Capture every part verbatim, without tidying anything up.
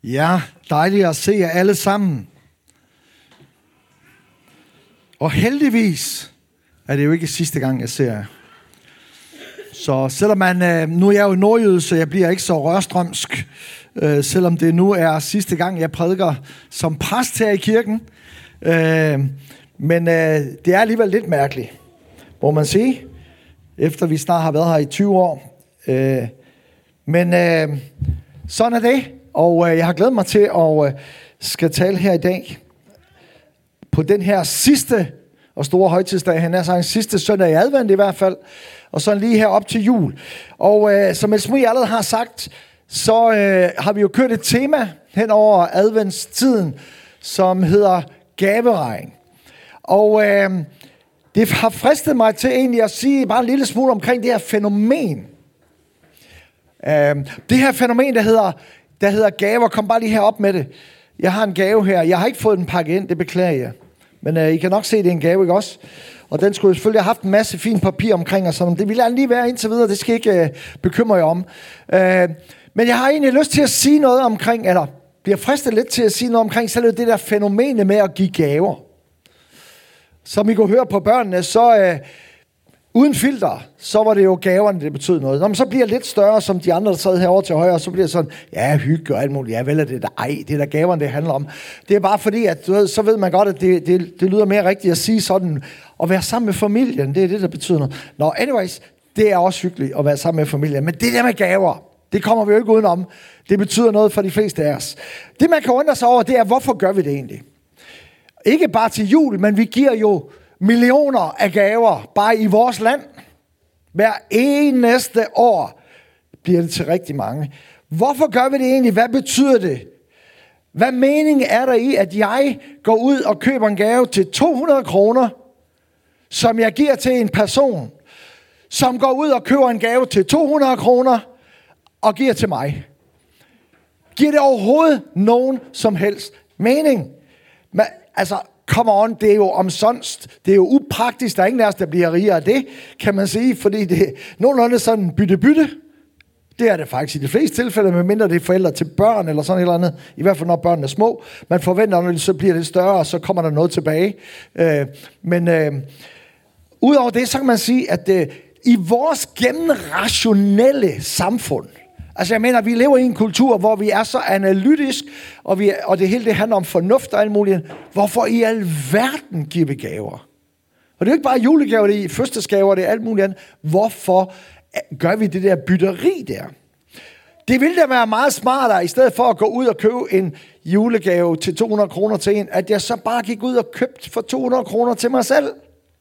Ja, dejligt at se jer alle sammen. Og heldigvis er det jo ikke sidste gang, jeg ser jer. Så selvom man, nu er jeg jo nordjyde, så jeg bliver ikke så rørstrømsk, øh, selvom det nu er sidste gang, jeg prædiker som præst her i kirken. Øh, men øh, det er alligevel lidt mærkeligt, må man sige, efter vi snart har været her i tyve år. Øh, men øh, sådan er det, og øh, jeg har glædet mig til at øh, skal tale her i dag på den her sidste og store højtidsdag. Han er sagt sidste søndag i advent i hvert fald, og så lige her op til jul. Og øh, som Elsmie allerede har sagt, så øh, har vi jo kørt et tema hen over adventstiden, som hedder gaveregn. Og øh, det har fristet mig til egentlig at sige bare en lille smule omkring det her fænomen. Øh, det her fænomen, der hedder, der hedder gaver. Kom bare lige herop med det. Jeg har en gave her. Jeg har ikke fået den pakket ind, det beklager jeg. Men øh, I kan nok se, det er en gave, ikke også? Og den skulle jeg selvfølgelig have haft en masse fint papir omkring, og sådan. Det vil jeg lige være indtil videre, det skal jeg ikke øh, bekymre jer om. Øh, men jeg har egentlig lyst til at sige noget omkring, eller bliver fristet lidt til at sige noget omkring selv det der fænomen med at give gaver. Som I kunne høre på børnene, så øh, uden filter, så var det jo gaverne, det betød noget. Når man så bliver lidt større, som de andre, der sad herovre til højre, så bliver det sådan, ja, hygge og alt muligt. Ja, vel er det der, ej, det er der gaverne, det handler om. Det er bare fordi, at du ved, så ved man godt, at det, det, det lyder mere rigtigt at sige sådan, at være sammen med familien, det er det, der betyder noget. Nå, anyways, det er også hyggeligt at være sammen med familien. Men det der med gaver, det kommer vi jo ikke udenom. Det betyder noget for de fleste af os. Det, man kan undre sig over, det er, hvorfor gør vi det egentlig? Ikke bare til jul, men vi giver jo millioner af gaver bare i vores land. Hver eneste år bliver det til rigtig mange. Hvorfor gør vi det egentlig? Hvad betyder det? Hvad mening er der i, at jeg går ud og køber en gave til to hundrede kroner, som jeg giver til en person, som går ud og køber en gave til to hundrede kroner og giver til mig? Giver det overhovedet nogen som helst mening? Men, altså, come on, det er jo omsonst. Det er jo upraktisk. Der er ingen af os, der bliver rigere af det, kan man sige, fordi det er nogenlunde sådan bytte-bytte. Det er det faktisk i de fleste tilfælde, medmindre det er forældre til børn eller sådan et eller andet. I hvert fald når børnene er små. Man forventer, når de så bliver lidt større, og så kommer der noget tilbage. Øh, men øh, udover det, så kan man sige, at øh, i vores gennemrationelle samfund, altså jeg mener, vi lever i en kultur, hvor vi er så analytisk, og, vi, og det hele det handler om fornuft og alt muligt. Hvorfor i alverden giver vi gaver? Og det er jo ikke bare julegaver, det er fødselsdagsgaver, det er alt muligt andet. Hvorfor gør vi det der bytteri der? Det ville da være meget smartere, i stedet for at gå ud og købe en julegave til to hundrede kroner til en, at jeg så bare gik ud og købte for to hundrede kroner til mig selv.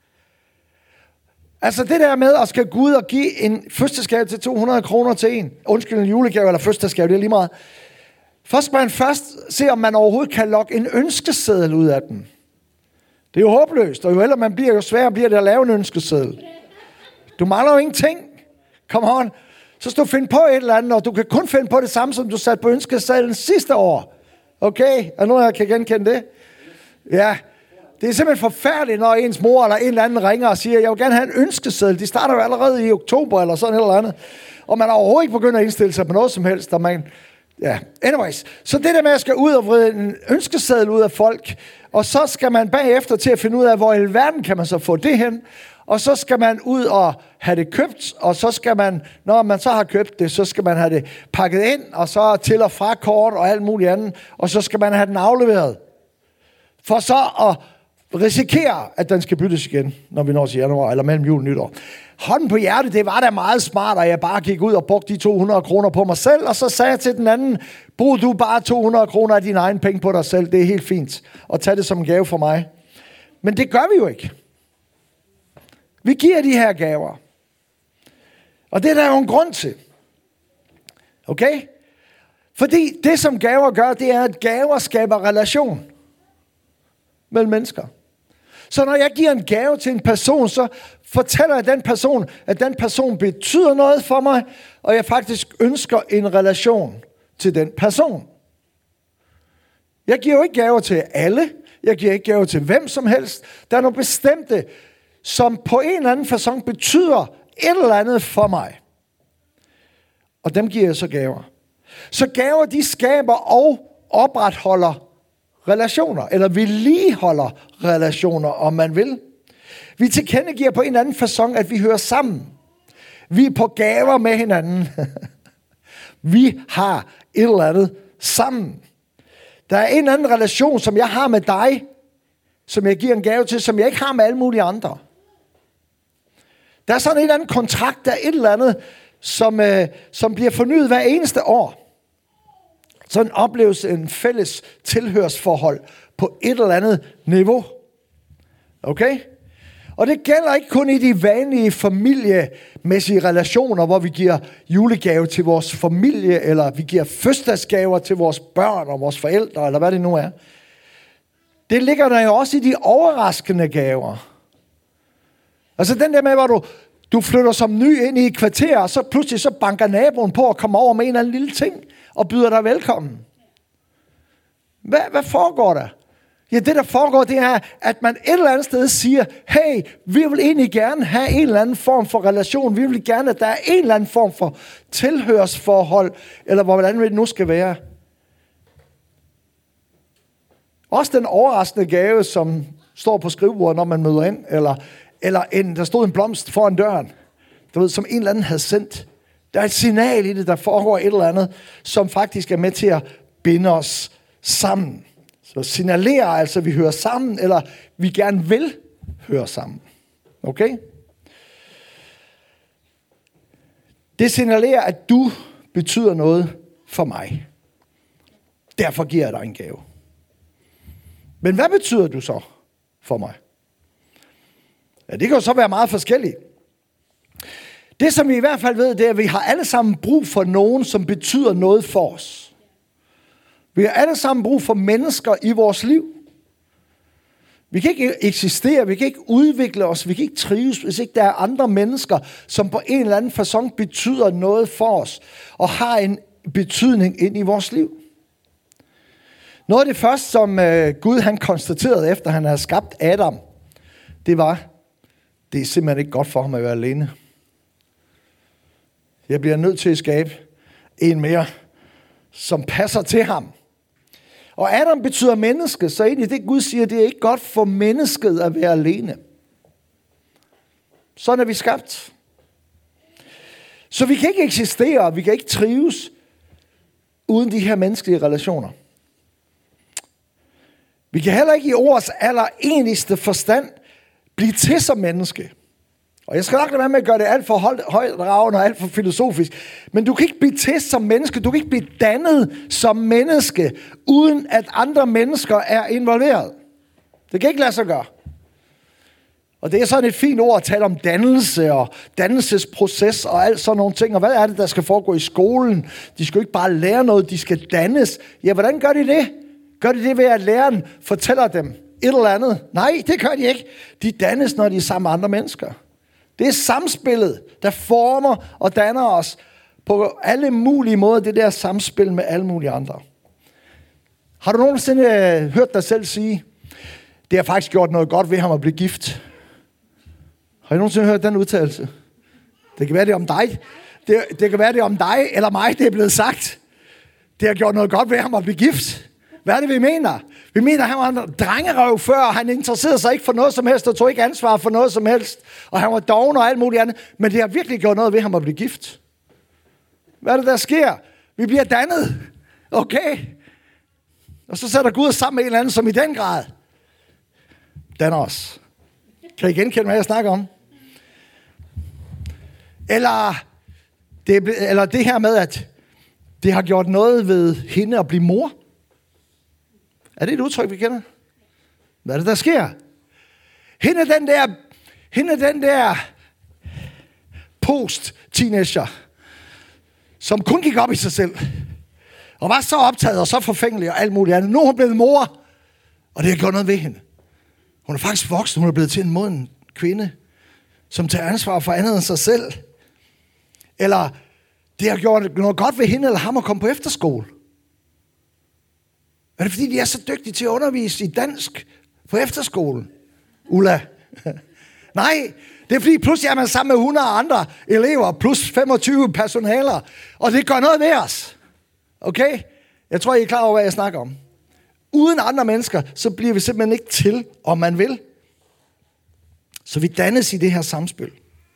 Altså det der med at skal gå ud og give en fødselsdagsgave til to hundrede kroner til en, undskyld, en julegave eller fødselsdagsgave, det er lige meget. Først skal man først se, om man overhovedet kan lokke en ønskeseddel ud af den. Det er jo håbløst, og jo ældre man bliver, jo sværere bliver det at lave en ønskeseddel. Du mangler jo ingenting. Come on. Så skal du finde på et eller andet, og du kan kun finde på det samme, som du satte på ønskesedlen sidste år. Okay? Er nogen af jer kan genkende det? Ja. Det er simpelthen forfærdeligt, når ens mor eller en eller anden ringer og siger, jeg vil gerne have en ønskeseddel. De starter jo allerede i oktober eller sådan et eller andet. Og man er overhovedet ikke begyndt at indstille sig på noget som helst. Og man, ja, anyways. Så det der med at skal ud og vride en ønskeseddel ud af folk, og så skal man bagefter til at finde ud af, hvor i verden kan man så få det hen. Og så skal man ud og have det købt, og så skal man, når man så har købt det, så skal man have det pakket ind, og så til og fra kort og alt muligt andet. Og så skal man have den afleveret. For så at risikerer, at den skal byttes igen, når vi når til januar, eller mellem jul og nytår. Hånden på hjertet, det var da meget smart, at jeg bare gik ud og brugte de to hundrede kroner på mig selv, og så sagde jeg til den anden, brug du bare to hundrede kroner af dine egne penge på dig selv, det er helt fint, og tag det som en gave for mig. Men det gør vi jo ikke. Vi giver de her gaver. Og det er der jo en grund til. Okay? Fordi det, som gaver gør, det er, at gaver skaber relation mellem mennesker. Så når jeg giver en gave til en person, så fortæller jeg den person, at den person betyder noget for mig, og jeg faktisk ønsker en relation til den person. Jeg giver jo ikke gaver til alle. Jeg giver ikke gaver til hvem som helst. Der er nogle bestemte, som på en eller anden facon betyder et eller andet for mig. Og dem giver jeg så gaver. Så gaver, de skaber og opretholder relationer, eller vedligeholder relationer, om man vil. Vi tilkendegiver på en eller anden facon, at vi hører sammen. Vi er på gaver med hinanden. Vi har et eller andet sammen. Der er en eller anden relation, som jeg har med dig, som jeg giver en gave til, som jeg ikke har med alle mulige andre. Der er sådan en eller anden kontrakt, der er et eller andet, som, øh, som bliver fornyet hver eneste år. Sådan opleves en fælles tilhørsforhold på et eller andet niveau. Okay? Og det gælder ikke kun i de vanlige familiemæssige relationer, hvor vi giver julegave til vores familie, eller vi giver fødselsdagsgaver til vores børn og vores forældre, eller hvad det nu er. Det ligger der jo også i de overraskende gaver. Altså den der med, hvor du, du flytter som ny ind i et kvarter, og så pludselig så banker naboen på og kommer over med en eller anden lille ting, og byder dig velkommen. Hvad, hvad foregår der? Ja, det der foregår, det er, at man et eller andet sted siger, hey, vi vil egentlig gerne have en eller anden form for relation. Vi vil gerne, at der er en eller anden form for tilhørsforhold, eller hvordan det nu skal være. Også den overraskende gave, som står på skrivebordet, når man møder ind, eller, eller en, der stod en blomst foran døren, du ved, som en eller anden havde sendt. Der er et signal i det, der foregår et eller andet, som faktisk er med til at binde os sammen. Så signalerer altså, at vi hører sammen, eller vi gerne vil høre sammen. Okay? Det signalerer, at du betyder noget for mig. Derfor giver jeg dig en gave. Men hvad betyder du så for mig? Ja, det kan jo så være meget forskelligt. Det, som vi i hvert fald ved, det er, at vi har alle sammen brug for nogen, som betyder noget for os. Vi har alle sammen brug for mennesker i vores liv. Vi kan ikke eksistere, vi kan ikke udvikle os, vi kan ikke trives, hvis ikke der er andre mennesker, som på en eller anden facon betyder noget for os, og har en betydning ind i vores liv. Noget af det første, som øh, Gud han konstaterede, efter han havde skabt Adam, det var, det er simpelthen ikke godt for ham at være alene. Jeg bliver nødt til at skabe en mere, som passer til ham. Og Adam betyder menneske, så egentlig det Gud siger, det er ikke godt for mennesket at være alene. Sådan er vi skabt. Så vi kan ikke eksistere, vi kan ikke trives uden de her menneskelige relationer. Vi kan heller ikke i ordets allerenigste forstand blive til som menneske. Og jeg skal nok lade være med at gøre det alt for højdragende og alt for filosofisk. Men du kan ikke blive til som menneske. Du kan ikke blive dannet som menneske, uden at andre mennesker er involveret. Det kan ikke lade sig gøre. Og det er sådan et fint ord at tale om dannelse og dannelsesproces og alt sådan nogle ting. Og hvad er det, der skal foregå i skolen? De skal jo ikke bare lære noget, de skal dannes. Ja, hvordan gør de det? Gør de det ved, at læreren fortæller dem et eller andet? Nej, det gør de ikke. De dannes, når de er sammen med andre mennesker. Det er samspillet, der former og danner os på alle mulige måder. Det der samspil med alle mulige andre. Har du nogensinde hørt dig selv sige, det har faktisk gjort noget godt ved ham at blive gift? Har I nogensinde hørt den udtalelse? Det kan være, det er om dig. Det, det kan være, det er om dig eller mig, det er blevet sagt. Det har gjort noget godt ved ham at blive gift. Hvad er det, vi mener? Vi mener, at han var en drengerøv før, og han interesserede sig ikke for noget som helst, og tog ikke ansvar for noget som helst. Og han var doven og alt muligt andet. Men det har virkelig gjort noget ved ham at blive gift. Hvad er det, der sker? Vi bliver dannet. Okay. Og så sætter Gud os sammen med en eller anden, som i den grad danner os. Kan I genkende, hvad jeg snakker om? Eller det, eller det her med, at det har gjort noget ved hende at blive mor. Er det et udtryk, vi kender? Hvad er det, der sker? Hende er den der, hende er den der post-teenager, som kun gik op i sig selv, og var så optaget og så forfængelig og alt muligt andet. Nu er hun blevet mor, og det har gjort noget ved hende. Hun er faktisk voksen, hun er blevet til en moden kvinde, som tager ansvar for andet end sig selv. Eller det har gjort noget godt ved hende eller ham at komme på efterskole. Er det fordi, de er så dygtige til at undervise i dansk på efterskolen? Ulla? Nej, det er fordi, pludselig er man sammen med hundrede andre elever, plus femogtyve personaler, og det gør noget ved os. Okay? Jeg tror, I er klar over, hvad jeg snakker om. Uden andre mennesker, så bliver vi simpelthen ikke til, om man vil. Så vi dannes i det her samspil.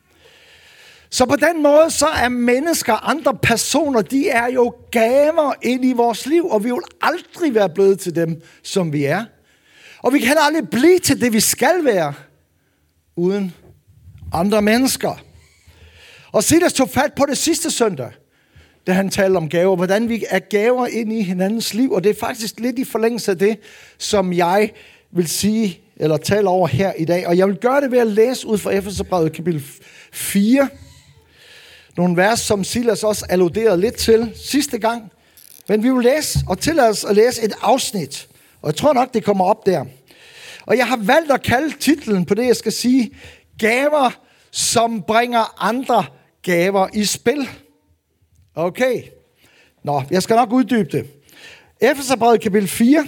Så på den måde, så er mennesker, andre personer, de er jo gaver ind i vores liv, og vi vil aldrig være blevet til dem, som vi er. Og vi kan aldrig blive til det, vi skal være, uden andre mennesker. Og Silas tog fat på det sidste søndag, da han talte om gaver, hvordan vi er gaver ind i hinandens liv, og det er faktisk lidt i forlængelse af det, som jeg vil sige, eller tale over her i dag. Og jeg vil gøre det ved at læse ud fra Efeserbrevet kapitel fire, nogle vers, som Silas også alluderede lidt til sidste gang. Men vi vil læse, og tillade os at læse et afsnit, og jeg tror nok, det kommer op der. Og jeg har valgt at kalde titlen på det, jeg skal sige, gaver, som bringer andre gaver i spil. Okay. Nå, jeg skal nok uddybe det. Efeserbrevet kapitel fire,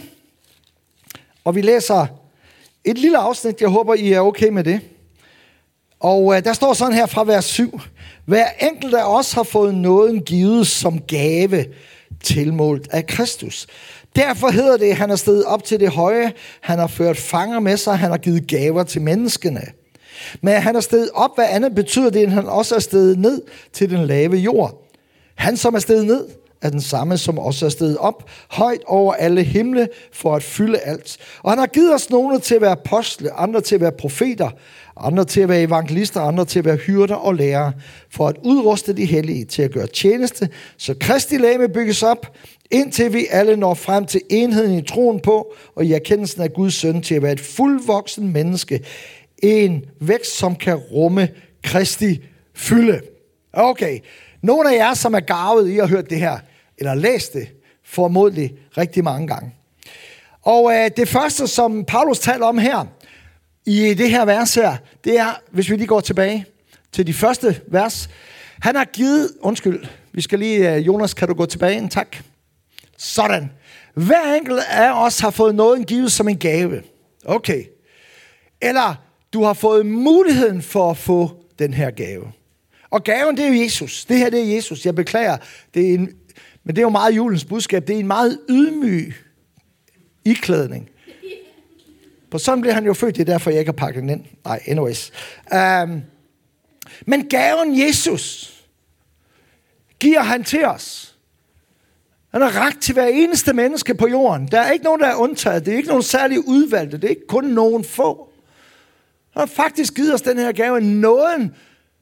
og vi læser et lille afsnit. Jeg håber, I er okay med det. Og uh, der står sådan her fra vers syv. Hver enkelt af os har fået nåden givet som gave tilmålt af Kristus. Derfor hedder det, at han er steget op til det høje. Han har ført fanger med sig. Han har givet gaver til menneskene. Men han er steget op, hvad andet betyder det, at han også er steget ned til den lave jord. Han, som er steget ned, er den samme, som også er steget op, højt over alle himle, for at fylde alt. Og han har givet os nogle til at være apostle, andre til at være profeter, andre til at være evangelister, andre til at være hyrder og lærere, for at udruste de hellige til at gøre tjeneste, så Kristi legeme bygges op, indtil vi alle når frem til enheden i troen på, og i erkendelsen af Guds søn til at være et fuldvoksen menneske, en vækst, som kan rumme Kristi fylde. Okay, nogle af jer, som er garvet i at have hørt det her, eller læst det, formodentlig rigtig mange gange. Og øh, det første, som Paulus taler om her, i det her vers her, det er, hvis vi lige går tilbage til de første vers, han har givet, undskyld, vi skal lige, Jonas, kan du gå tilbage? Tak. Sådan. Hver enkelt af os har fået noget givet som en gave. Okay. Eller du har fået muligheden for at få den her gave. Og gaven, det er jo Jesus. Det her, det er Jesus. Jeg beklager. Det er en, men det er jo meget julens budskab. Det er en meget ydmyg iklædning. På sådan bliver han jo født. Det er derfor, jeg ikke har pakket den ind. Nej, anyways. Um, men gaven Jesus giver han til os. Han har ret til hver eneste menneske på jorden. Der er ikke nogen, der er undtaget. Det er ikke nogen særlige udvalgte. Det er ikke kun nogen få. Han har faktisk givet os den her gave. Nåden,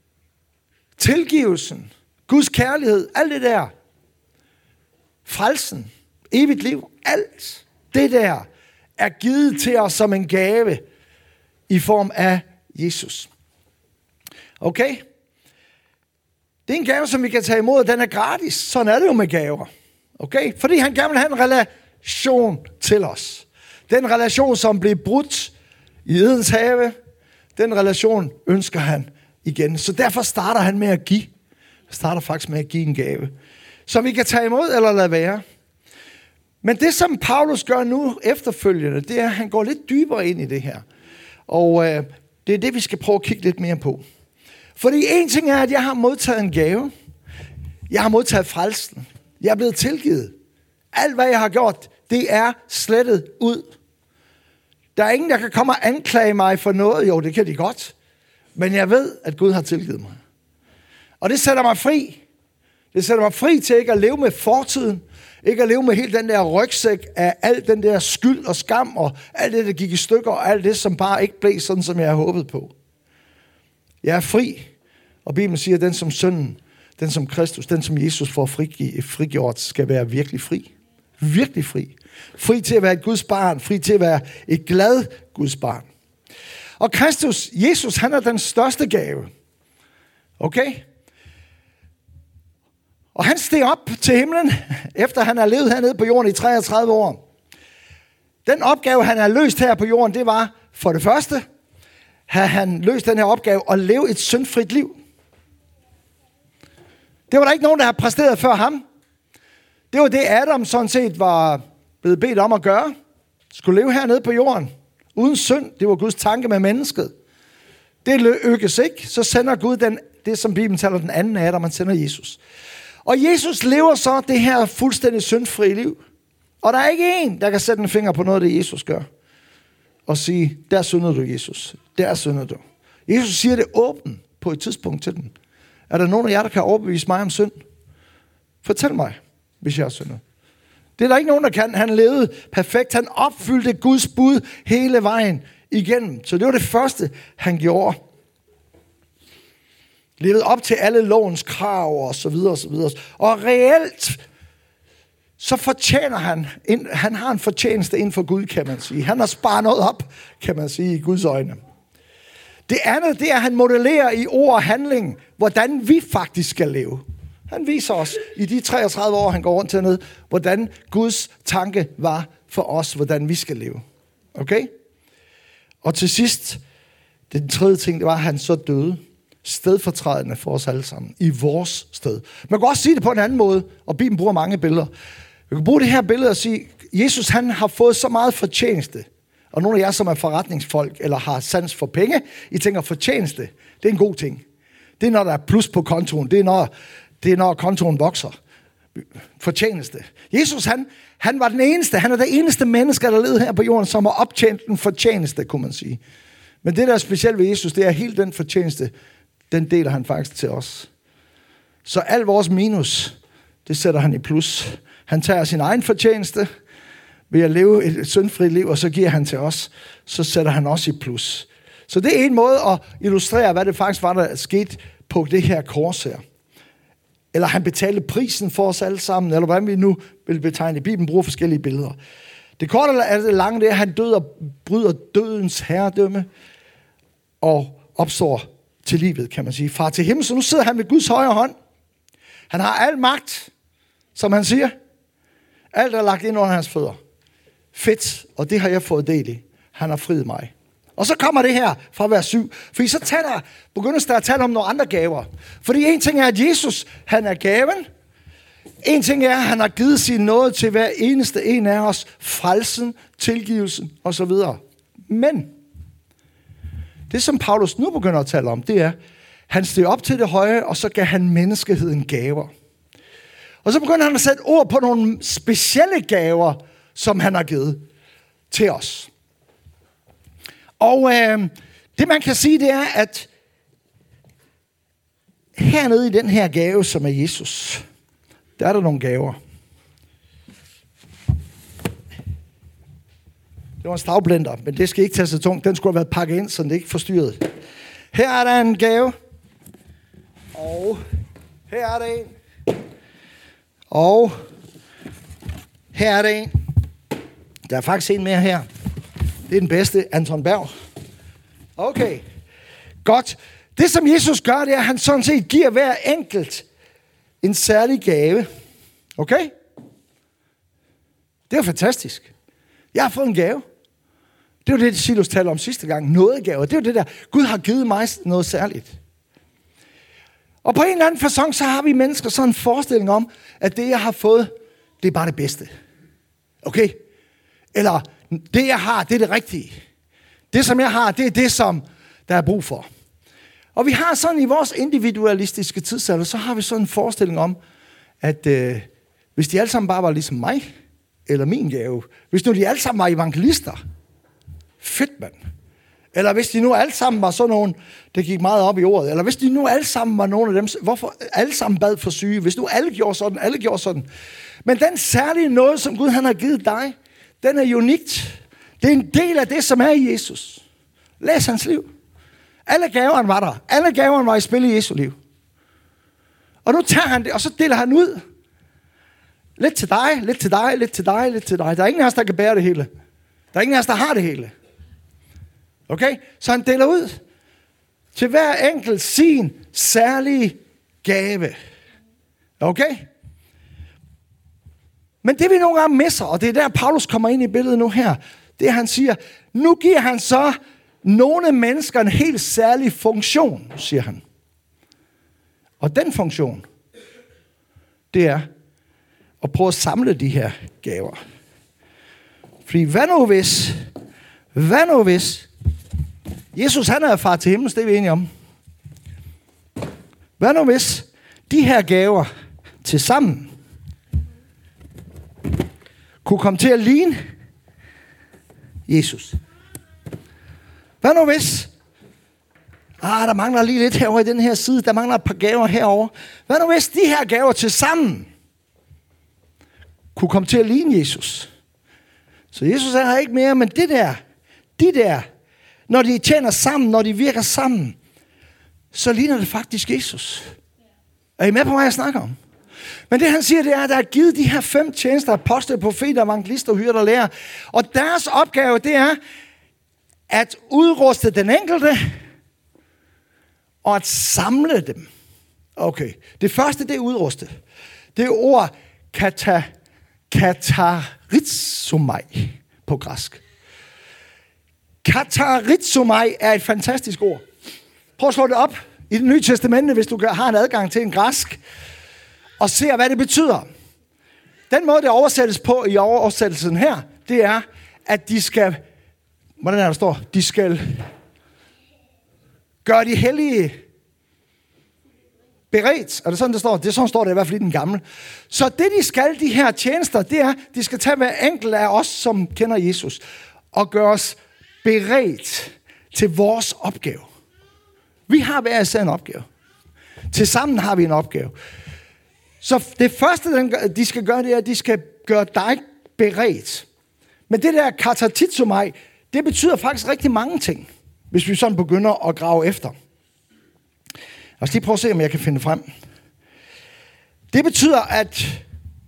tilgivelsen, Guds kærlighed, alt det der. Frelsen, evigt liv, alt det der er givet til os som en gave i form af Jesus. Okay? Det er en gave, som vi kan tage imod, og den er gratis. Sådan er det jo med gaver. Okay? Fordi han gerne vil have en relation til os. Den relation, som blev brudt i Edens have, den relation ønsker han igen. Så derfor starter han med at give. Han starter faktisk med at give en gave, som vi kan tage imod eller lade være. Men det, som Paulus gør nu efterfølgende, det er, at han går lidt dybere ind i det her. Og øh, det er det, vi skal prøve at kigge lidt mere på. Fordi en ting er, at jeg har modtaget en gave. Jeg har modtaget frelsen. Jeg er blevet tilgivet. Alt, hvad jeg har gjort, det er slettet ud. Der er ingen, der kan komme og anklage mig for noget. Jo, det kan de godt. Men jeg ved, at Gud har tilgivet mig. Og det sætter mig fri. Det sætter mig fri til ikke at leve med fortiden. Ikke at leve med hele den der rygsæk af alt den der skyld og skam, og alt det, der gik i stykker, og alt det, som bare ikke blev sådan, som jeg havde håbet på. Jeg er fri. Og Bibelen siger, at den som sønnen, den som Kristus, den som Jesus får frigi, frigjort, skal være virkelig fri. Virkelig fri. Fri til at være et Guds barn. Fri til at være et glad Guds barn. Og Kristus, Jesus, han er den største gave. Okay? Og han steg op til himlen, efter han har levet hernede på jorden i treogtredive år. Den opgave, han har løst her på jorden, det var for det første, har han løst den her opgave at leve et syndfrit liv. Det var der ikke nogen, der har præsteret før ham. Det var det, Adam sådan set var blevet bedt om at gøre. Skulle leve hernede på jorden. Uden synd. Det var Guds tanke med mennesket. Det lykkes ikke. Så sender Gud den, det, som Bibelen taler den anden Adam, man sender Jesus. Og Jesus lever så det her fuldstændig syndfri liv. Og der er ikke en, der kan sætte en finger på noget, det Jesus gør. Og sige, der synder du, Jesus. Der synder du. Jesus siger det åbent på et tidspunkt til dem. Er der nogen af jer, der kan overbevise mig om synd? Fortæl mig, hvis jeg har syndet. Det er der ikke nogen, der kan. Han levede perfekt. Han opfyldte Guds bud hele vejen igennem. Så det var det første, han gjorde. Levede op til alle lovens krav og så videre og så videre. Og reelt, så fortjener han, han har en fortjeneste inden for Gud, kan man sige. Han har sparet noget op, kan man sige, i Guds øjne. Det andet, det er, at han modellerer i ord og handling, hvordan vi faktisk skal leve. Han viser os i de treogtredive år, han går rundt hernede, hvordan Guds tanke var for os, hvordan vi skal leve. Okay? Og til sidst, den tredje ting, det var, at han så døde. Stedfortrædende for os alle sammen. I vores sted. Man kan også sige det på en anden måde, og Bibelen bruger mange billeder. Vi kan bruge det her billede og sige, Jesus han har fået så meget fortjeneste. Og nogle af jer, som er forretningsfolk, eller har sans for penge, I tænker, fortjeneste, det er en god ting. Det er, når der er plus på kontoen. Det er, når, det er, når kontoen vokser. Fortjeneste. Jesus, han, han var den eneste, han er det eneste menneske, der levede her på jorden, som har optjent den fortjeneste, kunne man sige. Men det, der er specielt ved Jesus, det er helt den fortjeneste, den deler han faktisk til os. Så al vores minus, det sætter han i plus. Han tager sin egen fortjeneste ved at leve et syndfrit liv, og så giver han til os. Så sætter han også i plus. Så det er en måde at illustrere, hvad det faktisk var, der skete på det her kors her. Eller han betalte prisen for os alle sammen, eller hvordan vi nu vil betegne. Bibelen bruger forskellige billeder. Det korte eller det lange, det er, at han døde og bryder dødens herredømme, og opstår til livet, kan man sige. Far til himmel, så nu sidder han ved Guds højre hånd. Han har al magt, som han siger. Alt er lagt ind under hans fødder. Fedt, og det har jeg fået del i. Han har friet mig. Og så kommer det her fra vers syv. Fordi så taler, begyndes der at tale om nogle andre gaver. Fordi en ting er, at Jesus, han er gaven. En ting er, at han har givet sin nåde til hver eneste en af os. Frelsen, tilgivelsen osv. Men det, som Paulus nu begynder at tale om, det er, han steg op til det høje, og så gav han menneskeheden gaver. Og så begynder han at sætte ord på nogle specielle gaver, som han har givet til os. Og øh, det, man kan sige, det er, at hernede i den her gave, som er Jesus, der er der nogle gaver. Det var en stavblender, men det skal ikke tage så tungt. Den skulle have været pakket ind, så den ikke forstyrrede. Her er der en gave. Og her er der en. Og her er der en. Der er faktisk en mere her. Det er den bedste, Anton Berg. Okay, godt. Det, som Jesus gør, det er, at han sådan set giver hver enkelt en særlig gave. Okay? Det er fantastisk. Jeg har fået en gave. Det var det, Silas talte om sidste gang. Nådegave. Det er det der. Gud har givet mig noget særligt. Og på en eller anden facon, så har vi mennesker sådan en forestilling om, at det, jeg har fået, det er bare det bedste. Okay? Eller det, jeg har, det er det rigtige. Det, som jeg har, det er det, som der er brug for. Og vi har sådan i vores individualistiske tidsalder, så har vi sådan en forestilling om, at øh, hvis de alle sammen bare var ligesom mig, eller min gave, hvis nu de alle sammen var evangelister, fedt mand. Eller hvis de nu alle sammen var sådan nogen, der gik meget op i ordet, eller hvis de nu alle sammen var nogle af dem, hvorfor alle sammen bad for syge, hvis nu alle gjorde sådan, alle gjorde sådan. Men den særlige noget, som Gud han har givet dig, den er unikt. Det er en del af det, som er i Jesus. Læs hans liv. Alle gaverne var der. Alle gaverne var i spil i Jesu liv. Og nu tager han det, og så deler han ud. Lidt til dig, lidt til dig, lidt til dig, lidt til dig. Der er ingen af os, der kan bære det hele. Der er ingen af os, der har det hele. Okay? Så han deler ud til hver enkelt sin særlige gave. Okay? Men det vi nogle gange misser, og det er der, Paulus kommer ind i billedet nu her, det er, han siger, nu giver han så nogle mennesker en helt særlig funktion, siger han. Og den funktion, det er at prøve at samle de her gaver. Fordi hvad nu hvis, hvad nu hvis, Jesus han er far til himmels, det er vi enige om. Hvad nu hvis de her gaver til sammen kunne komme til at ligne Jesus. Hvad nu hvis? Ah, der mangler lige lidt herovre i den her side. Der mangler et par gaver herovre. Hvad nu hvis de her gaver til sammen kunne komme til at ligne Jesus? Så Jesus er her ikke mere, men det der, de der, når de tjener sammen, når de virker sammen, så ligner det faktisk Jesus. Er I med på, hvad jeg snakker om? Men det han siger, det er, at der er givet de her fem tjenester, apostle, profeter, evangelister, hyrder og lærer. Og deres opgave, det er at udruste den enkelte og at samle dem. Okay, det første, det er udruste. Det er ord kata, katarizomai på græsk. Katarizomai er et fantastisk ord. Prøv at slå det op i Det Nye Testamente, hvis du har en adgang til en græsk, og ser, hvad det betyder. Den måde, det oversættes på i oversættelsen her, det er, at de skal, hvordan er der står, de skal gøre de hellige beredt. Er det sådan, det står? Det er sådan, står det i hvert fald i den gamle. Så det, de skal, de her tjenester, det er, de skal tage hver enkelt af os, som kender Jesus, og gøre os beredt til vores opgave. Vi har hver især en opgave. Tilsammen har vi en opgave. Så det første, de skal gøre, det er, at de skal gøre dig beredt. Men det der katatitsomai, det betyder faktisk rigtig mange ting, hvis vi sådan begynder at grave efter. Lad os lige prøve at se, om jeg kan finde frem. Det betyder at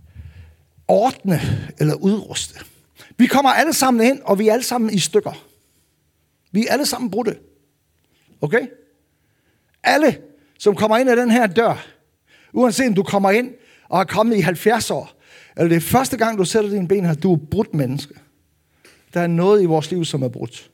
ordne eller udruste. Vi kommer alle sammen ind, og vi er alle sammen i stykker. Vi er alle sammen brudte. Okay? Alle, som kommer ind ad den her dør, uanset om du kommer ind og er kommet i halvfjerds år, eller det er første gang, du sætter dine ben her, du er brudt menneske. Der er noget i vores liv, som er brudt.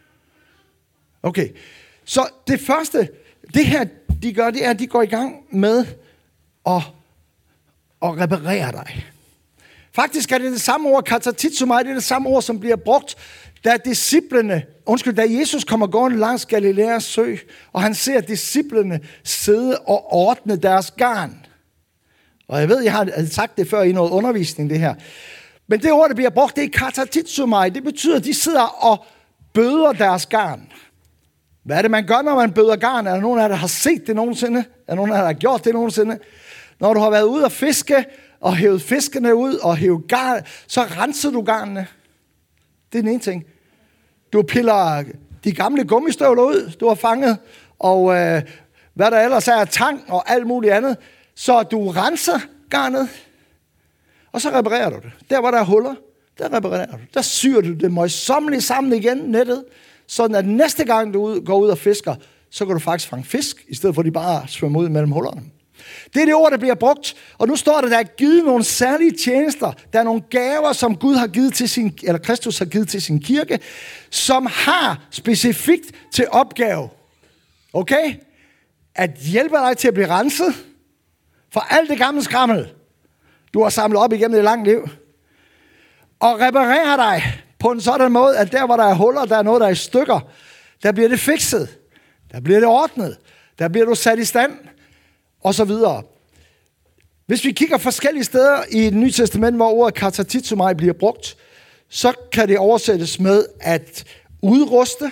Okay, så det første, det her, de gør, det er, at de går i gang med at, at reparere dig. Faktisk er det det samme ord, katatitsomai, det er det samme ord, som bliver brugt, da disciplene, undskyld, da Jesus kommer gående langs Galileas sø, og han ser disciplene sidde og ordne deres garn. Og jeg ved, jeg har sagt det før i noget undervisning, det her. Men det ord, der bliver brugt, det er katatitsomai. Det betyder, at de sidder og bøder deres garn. Hvad er det, man gør, når man bøder garn? Er der nogen af jer, der har set det nogensinde? Er der nogen af jer, der har gjort det nogensinde? Når du har været ude og fiske, og hævet fiskene ud, og hævet garn, så renser du garnene. Det er den ene ting. Du piller de gamle gummistøvler ud, du har fanget, og øh, hvad der ellers er, tang og alt muligt andet. Så du renser garnet, og så reparerer du det. Der, hvor der er huller, der reparerer du. Der syr du det møjsommeligt sammen igen, nettet, sådan at næste gang du går ud og fisker, så kan du faktisk fange fisk, i stedet for at de bare svømmer ud mellem hullerne. Det er det ord, der bliver brugt. Og nu står der, der er givet nogle særlige tjenester. Der er nogle gaver, som Gud har givet til sin, eller Kristus har givet til sin kirke, som har specifikt til opgave. Okay? At hjælpe dig til at blive renset for alt det gamle skrammel, du har samlet op igennem et langt liv. Og reparere dig på en sådan måde, at der, hvor der er huller, der er noget, der er i stykker, der bliver det fikset. Der bliver det ordnet. Der bliver du sat i stand. Og så videre. Hvis vi kigger forskellige steder i Det Nye Testament, hvor ordet katatitsomai bliver brugt, så kan det oversættes med at udruste,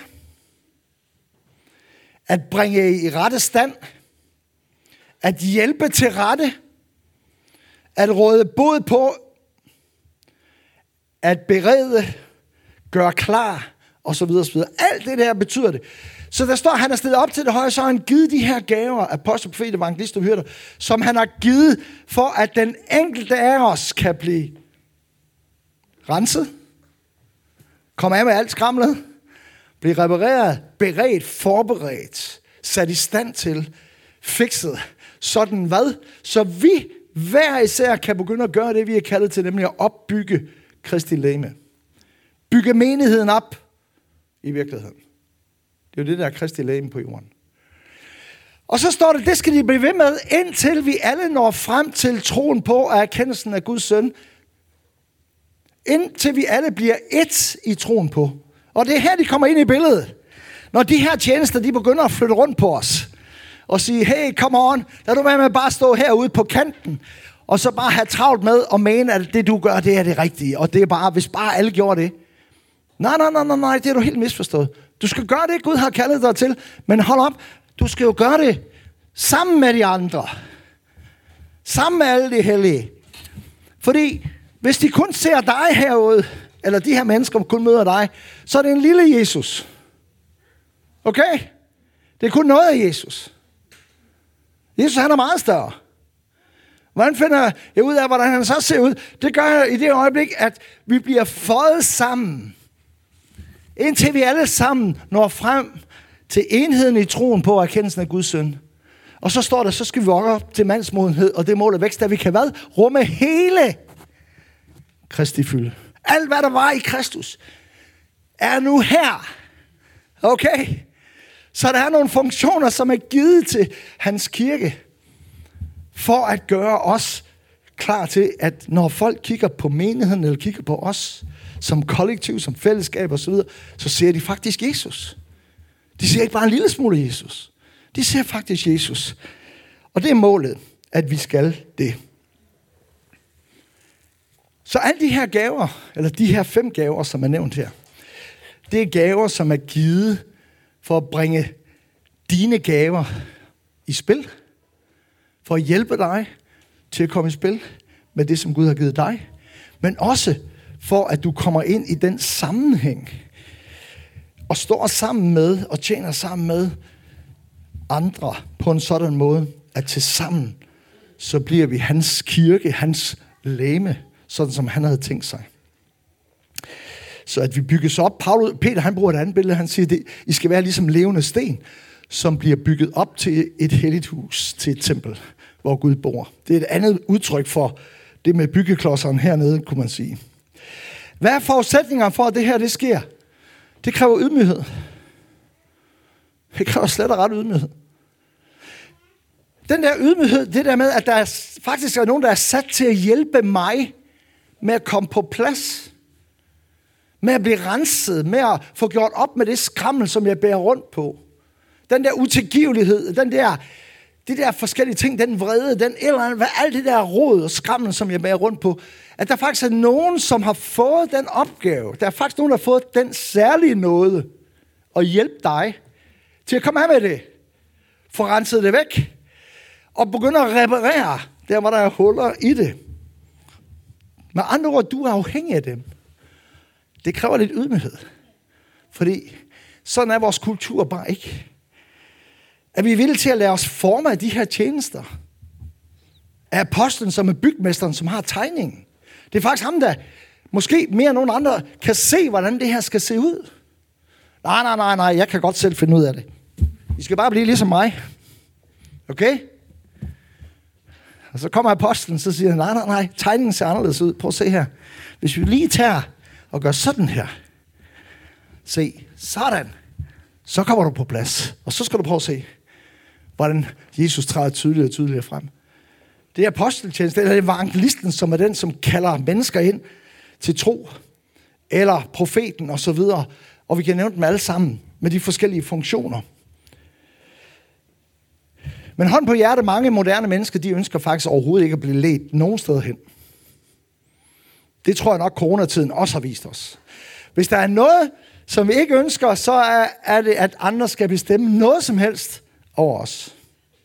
at bringe i rette stand, at hjælpe til rette, at råde bod på, at berede, gøre klar, og så videre, så videre. Alt det der betyder det. Så der står, at han er stillet op til det høje, så har han givet de her gaver, apostel, profet, evangelist og hyrder, som han har givet for, at den enkelte af os kan blive renset, komme af med alt skramlet, blive repareret, beredt, forberedt, sat i stand til, fikset. Sådan hvad? Så vi hver især kan begynde at gøre det, vi er kaldet til, nemlig at opbygge Kristi legeme. Bygge menigheden op i virkeligheden. Det er jo det, der er Kristi legeme på jorden. Og så står det, det skal de blive ved med, indtil vi alle når frem til troen på og erkendelsen af Guds søn. Indtil vi alle bliver ét i troen på. Og det er her, de kommer ind i billedet. Når de her tjenester, de begynder at flytte rundt på os. Og sige, hey, come on, lad du være med at bare stå herude på kanten. og så bare have travlt med at mene, at det du gør, det er det rigtige, og det er bare, hvis bare alle gjorde det. Nej, nej, nej, nej, nej, det er du helt misforstået. Du skal gøre det, Gud har kaldet dig til, men hold op, du skal jo gøre det sammen med de andre. Sammen med alle de hellige. Fordi hvis de kun ser dig herude, eller de her mennesker kun møder dig, så er det en lille Jesus. Okay? Det er kun noget af Jesus. Jesus, han er meget større. Hvordan finder jeg ud af, hvordan han så ser ud? Det gør jeg i det øjeblik, at vi bliver føjet sammen. Indtil vi alle sammen når frem til enheden i troen på erkendelsen af Guds søn. Og så står der, så skal vi vokse op til mandsmodenhed, og det mål af vækst, der vi kan hvad? Rumme hele Kristi fylde. Alt, hvad der var i Kristus, er nu her. Okay? Så der er nogle funktioner, som er givet til hans kirke, for at gøre os klar til, at når folk kigger på menigheden, eller kigger på os, som kollektiv, som fællesskab osv., så ser de faktisk Jesus. De ser ikke bare en lille smule Jesus. De ser faktisk Jesus. Og det er målet, at vi skal det. Så alle de her gaver, eller de her fem gaver, som er nævnt her, det er gaver, som er givet for at bringe dine gaver i spil, for at hjælpe dig til at komme i spil med det, som Gud har givet dig, men også for, at du kommer ind i den sammenhæng, og står sammen med, og tjener sammen med andre på en sådan måde, at til sammen, så bliver vi hans kirke, hans legeme, sådan som han havde tænkt sig. Så at vi bygges op. Paulus, Peter, han bruger et andet billede, han siger, at I skal være ligesom levende sten, som bliver bygget op til et helligt hus, til et tempel, hvor Gud bor. Det er et andet udtryk for det med byggeklodserne hernede, kunne man sige. Hvad er forudsætningerne for, at det her det sker? Det kræver ydmyghed. Det kræver slet og ret ydmyghed. Den der ydmyghed, det der med, at der er, faktisk er nogen, der er sat til at hjælpe mig med at komme på plads. Med at blive renset, med at få gjort op med det skrammel, som jeg bærer rundt på. Den der utilgivelighed, den der, de der forskellige ting, den vrede, den eller andet, alt det der rod og skrammel, som jeg bærer rundt på, at der faktisk er nogen, som har fået den opgave. Der er faktisk nogen, der har fået den særlige nåde at hjælpe dig til at komme af med det. Få renset det væk. Og begynde at reparere der, hvor der er huller i det. Med andre ord, du er afhængig af dem. Det kræver lidt ydmyghed. Fordi sådan er vores kultur bare ikke. At vi er villige til at lade os forme af de her tjenester. Af apostlen, som er bygmesteren, som har tegningen. Det er faktisk ham, der måske mere end nogen andre kan se, hvordan det her skal se ud. Nej, nej, nej, nej, jeg kan godt selv finde ud af det. I skal bare blive ligesom mig. Okay? Og så kommer apostlen, så siger han, nej, nej, nej, tegningen ser anderledes ud. Prøv at se her. Hvis vi lige tager og gør sådan her. Se, sådan. Så kommer du på plads. Og så skal du prøve at se, hvordan Jesus træder tydeligere og tydeligere frem. Det er aposteltjeneste, eller det er evangelisten, som er den, som kalder mennesker ind til tro. Eller profeten og så videre. Og vi kan nævne dem alle sammen med de forskellige funktioner. Men hånd på hjertet, mange moderne mennesker, de ønsker faktisk overhovedet ikke at blive ledt nogen sted hen. Det tror jeg nok, coronatiden også har vist os. Hvis der er noget, som vi ikke ønsker, så er, er det, at andre skal bestemme noget som helst over os.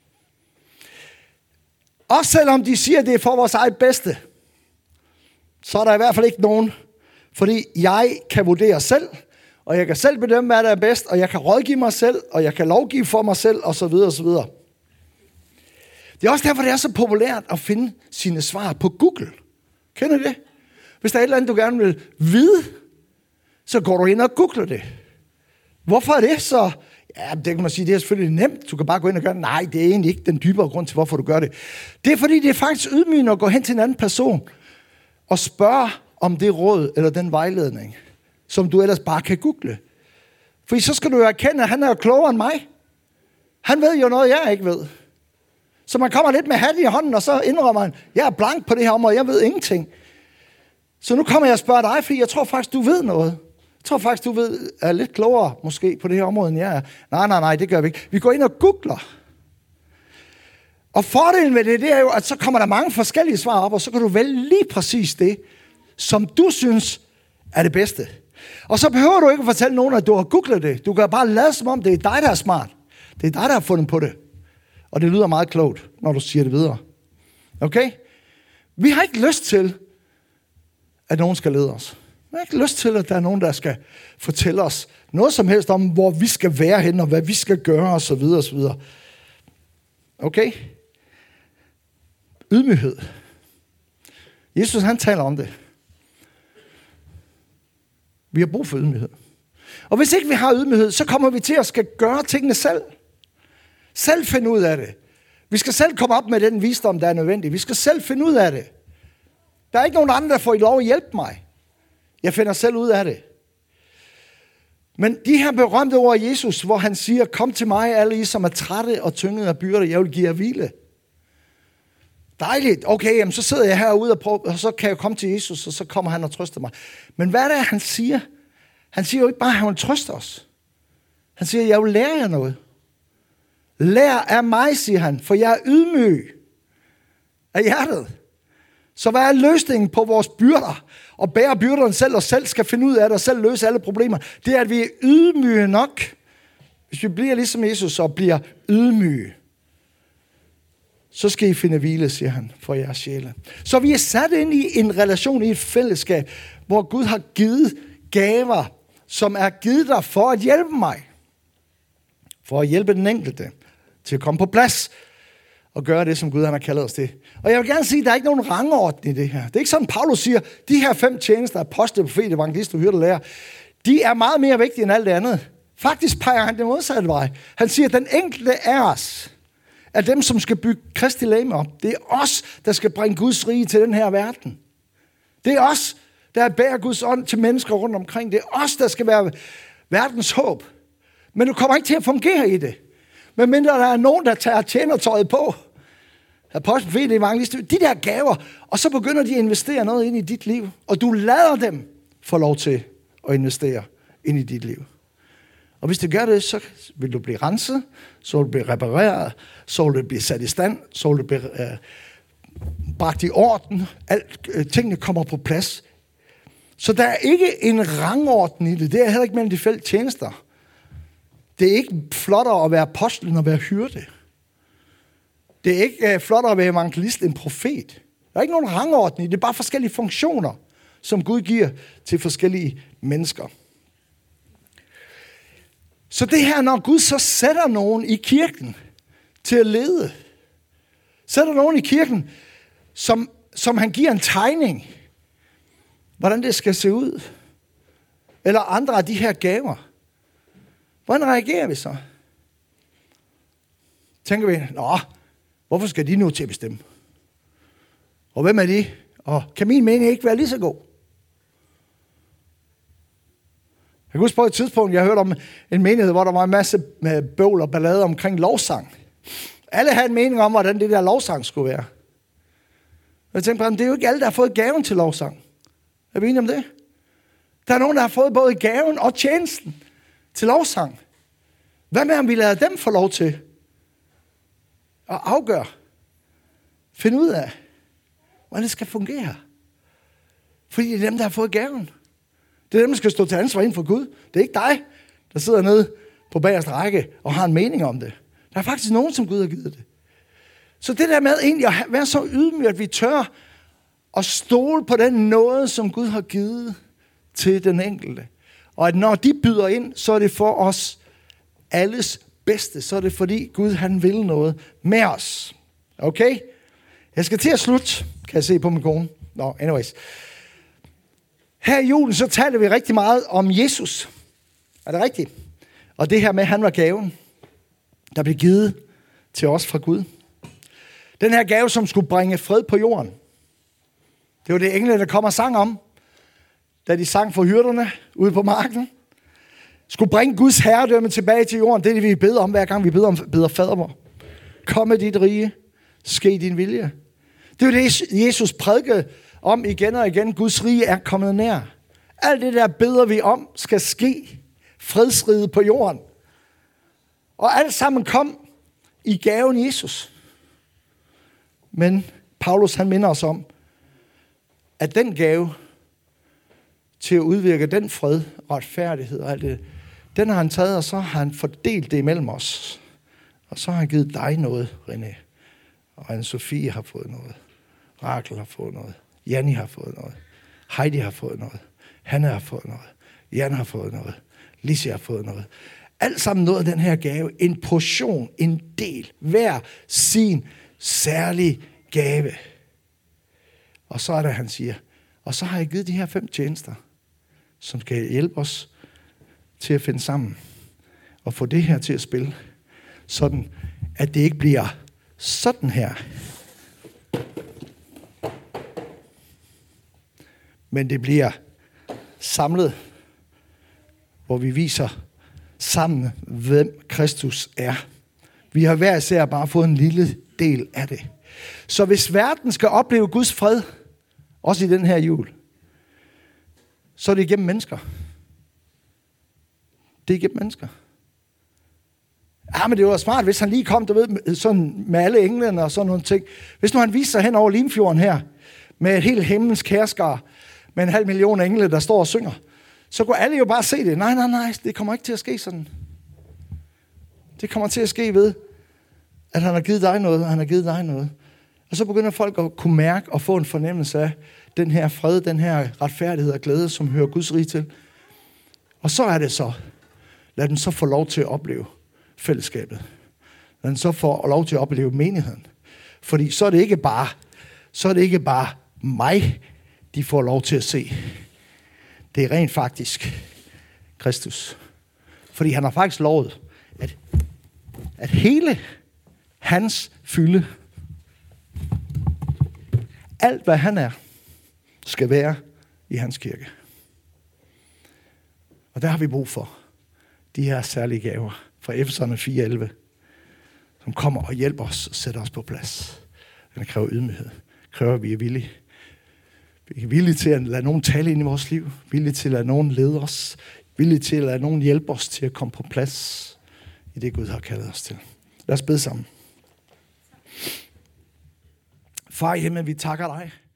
Også selvom de siger, at det er for vores eget bedste, så er der i hvert fald ikke nogen. Fordi jeg kan vurdere selv, og jeg kan selv bedømme, hvad der er bedst, og jeg kan rådgive mig selv, og jeg kan lovgive for mig selv, og så videre, og så videre. Det er også derfor, det er så populært at finde sine svar på Google. Kender I det? Hvis der er et eller andet, du gerne vil vide, så går du ind og googler det. Hvorfor er det så? Ja, det kan man sige, det er selvfølgelig nemt. Du kan bare gå ind og gøre det. Nej, det er egentlig ikke den dybere grund til, hvorfor du gør det. Det er fordi, det er faktisk ydmygende at gå hen til en anden person og spørge om det råd eller den vejledning, som du ellers bare kan google. Fordi så skal du jo erkende, at han er jo klogere end mig. Han ved jo noget, jeg ikke ved. Så man kommer lidt med hat i hånden, og så indrømmer man, jeg er blank på det her område, jeg ved ingenting. Så nu kommer jeg og spørger dig, fordi jeg tror faktisk, du ved noget. Jeg tror faktisk, du ved, er lidt klogere måske på det her område, end jeg er. Nej, nej, nej, det gør vi ikke. Vi går ind og googler. Og fordelen ved det, det er jo, at så kommer der mange forskellige svar op, og så kan du vælge lige præcis det, som du synes er det bedste. Og så behøver du ikke at fortælle nogen, at du har googlet det. Du kan bare lade som om, det er dig, der er smart. Det er dig, der har fundet på det. Og det lyder meget klogt, når du siger det videre. Okay? Vi har ikke lyst til, at nogen skal lede os. Vi har ikke lyst til, at der er nogen, der skal fortælle os noget som helst om, hvor vi skal være henne, og hvad vi skal gøre, og så videre, og så videre. Okay? Ydmyghed. Jesus, han taler om det. Vi har brug for ydmyghed. Og hvis ikke vi har ydmyghed, så kommer vi til at skal gøre tingene selv. Selv finde ud af det. Vi skal selv komme op med den visdom, der er nødvendig. Vi skal selv finde ud af det. Der er ikke nogen andre, der får lov at hjælpe mig. Jeg finder selv ud af det. Men de her berømte ord af Jesus, hvor han siger, kom til mig, alle I, som er trætte og tyngede af byrder, jeg vil give jer hvile. Dejligt. Okay, jamen, så sidder jeg herude, og, prøver, og så kan jeg komme til Jesus, og så kommer han og trøster mig. Men hvad er det, han siger? Han siger jo ikke bare, at han vil trøste os. Han siger, jeg vil lære jer noget. Lær af mig, siger han, for jeg er ydmyg af hjertet. Så hvad er løsningen på vores byrder? Og bære byrderne selv, og selv skal finde ud af det, og selv løse alle problemer. Det er, at vi er ydmyge nok. Hvis vi bliver ligesom Jesus, og bliver ydmyge, så skal I finde hvile, siger han, for jeres sjæle. Så vi er sat ind i en relation, i et fællesskab, hvor Gud har givet gaver, som er givet dig for at hjælpe mig. For at hjælpe den enkelte til at komme på plads og gøre det, som Gud han har kaldet os til. Og jeg vil gerne sige, at der er ikke nogen rangorden i det her. Det er ikke sådan, Paulus siger, de her fem tjenester, apostel, profet, evangelist og hyrde lærer, de er meget mere vigtige end alt det andet. Faktisk peger han det modsatte vej. Han siger, at den enkelte af os er dem, som skal bygge Kristi legeme op. Det er os, der skal bringe Guds rige til den her verden. Det er os, der bærer Guds ånd til mennesker rundt omkring. Det er os, der skal være verdens håb. Men du kommer ikke til at fungere i det. Medmindre der er nogen, der tager tjenertøjet på. Apostel, profet, evangelist, de der gaver. Og så begynder de at investere noget ind i dit liv. Og du lader dem få lov til at investere ind i dit liv. Og hvis du gør det, så vil du blive renset, så vil du blive repareret, så vil du blive sat i stand, så vil du blive øh, bragt i orden. Alt, øh, tingene kommer på plads. Så der er ikke en rangorden i det. Det er heller ikke mellem de fælles tjenester. Det er ikke flottere at være apostel end at være hyrde. Det er ikke øh, flottere at være evangelist end profet. Der er ikke nogen rangorden i det. Det er bare forskellige funktioner, som Gud giver til forskellige mennesker. Så det her, når Gud så sætter nogen i kirken til at lede, sætter nogen i kirken, som, som han giver en tegning, hvordan det skal se ud, eller andre af de her gaver, hvordan reagerer vi så? Tænker vi, nå, hvorfor skal de nu til at bestemme? Og hvem er de? Og kan min mening ikke være lige så god? Jeg kan huske på et tidspunkt, jeg hørte om en menighed, hvor der var en masse bøvl og ballade omkring lovsang. Alle havde en mening om, hvordan det der lovsang skulle være. Og jeg tænkte på, det er jo ikke alle, der har fået gaven til lovsang. Er vi enige om det? Der er nogen, der har fået både gaven og tjenesten til lovsang. Hvad med, om vi lader dem få lov til at afgøre? Finde ud af, hvordan det skal fungere. Fordi det er dem, der har fået gaven. Det er dem, der skal stå til ansvar inden for Gud. Det er ikke dig, der sidder nede på bagerste række og har en mening om det. Der er faktisk nogen, som Gud har givet det. Så det der med egentlig at være så ydmyg, at vi tør at stole på den nåde, som Gud har givet til den enkelte. Og at når de byder ind, så er det for os alles bedste. Så er det fordi Gud han vil noget med os. Okay? Jeg skal til at slutte. Kan jeg se på min kone? Nå, no, anyways. Her i julen, så taler vi rigtig meget om Jesus. Er det rigtigt? Og det her med, at han var gaven, der blev givet til os fra Gud. Den her gave, som skulle bringe fred på jorden. Det var det engle, der kom og sang om, da de sang for hyrderne ude på marken. Skulle bringe Guds herredømme tilbage til jorden. Det er det, vi beder om, hver gang vi beder om beder fader vor. Kom med dit rige. Ske din vilje. Det er det, Jesus prædikede om igen og igen. Guds rige er kommet nær. Alt det der beder vi om, skal ske. Fredsriget på jorden. Og alt sammen kom i gaven Jesus. Men Paulus han minder os om, at den gave til at udvirke den fred, retfærdighed og alt det, den har han taget, og så har han fordelt det imellem os. Og så har han givet dig noget, René. Og Anne-Sophie har fået noget. Rakel har fået noget. Janni har fået noget. Heidi har fået noget. Hanne har fået noget. Jan har fået noget. Lise har fået noget. Alt sammen noget af den her gave. En portion, en del. Hver sin særlige gave. Og så er det, han siger. Og så har jeg givet de her fem tjenester, som skal hjælpe os til at finde sammen. Og få det her til at spille. Sådan, at det ikke bliver sådan her. Men det bliver samlet, hvor vi viser sammen, hvem Kristus er. Vi har hver især bare fået en lille del af det. Så hvis verden skal opleve Guds fred, også i den her jul, så er det igennem mennesker. Det er igennem mennesker. Ja, men det var smart, hvis han lige kom, du ved, sådan med alle englene og sådan nogle ting. Hvis nu han viser sig hen over Limfjorden her, med et helt himmelsk herskar, med en halv million engle, der står og synger, så kunne alle jo bare se det. Nej, nej, nej, det kommer ikke til at ske sådan. Det kommer til at ske ved, at han har givet dig noget, og han har givet dig noget. Og så begynder folk at kunne mærke og få en fornemmelse af den her fred, den her retfærdighed og glæde, som hører Guds rige til. Og så er det så, lad den så få lov til at opleve fællesskabet. Lad den så få lov til at opleve menigheden. Fordi så er det ikke bare, så er det ikke bare mig, de får lov til at se. Det er rent faktisk Kristus. Fordi han har faktisk lovet, at, at hele hans fylde, alt hvad han er, skal være i hans kirke. Og der har vi brug for de her særlige gaver fra Efeserne fire elleve, som kommer og hjælper os og sætter os på plads. Den kræver ydmyghed. Kræver, at vi er villige. Vi er villige til at lade nogen tale ind i vores liv. Villige til at lade nogen lede os. Villige til at lade nogen hjælpe os til at komme på plads i det, Gud har kaldet os til. Lad os bede sammen. Far i himlen, vi takker dig.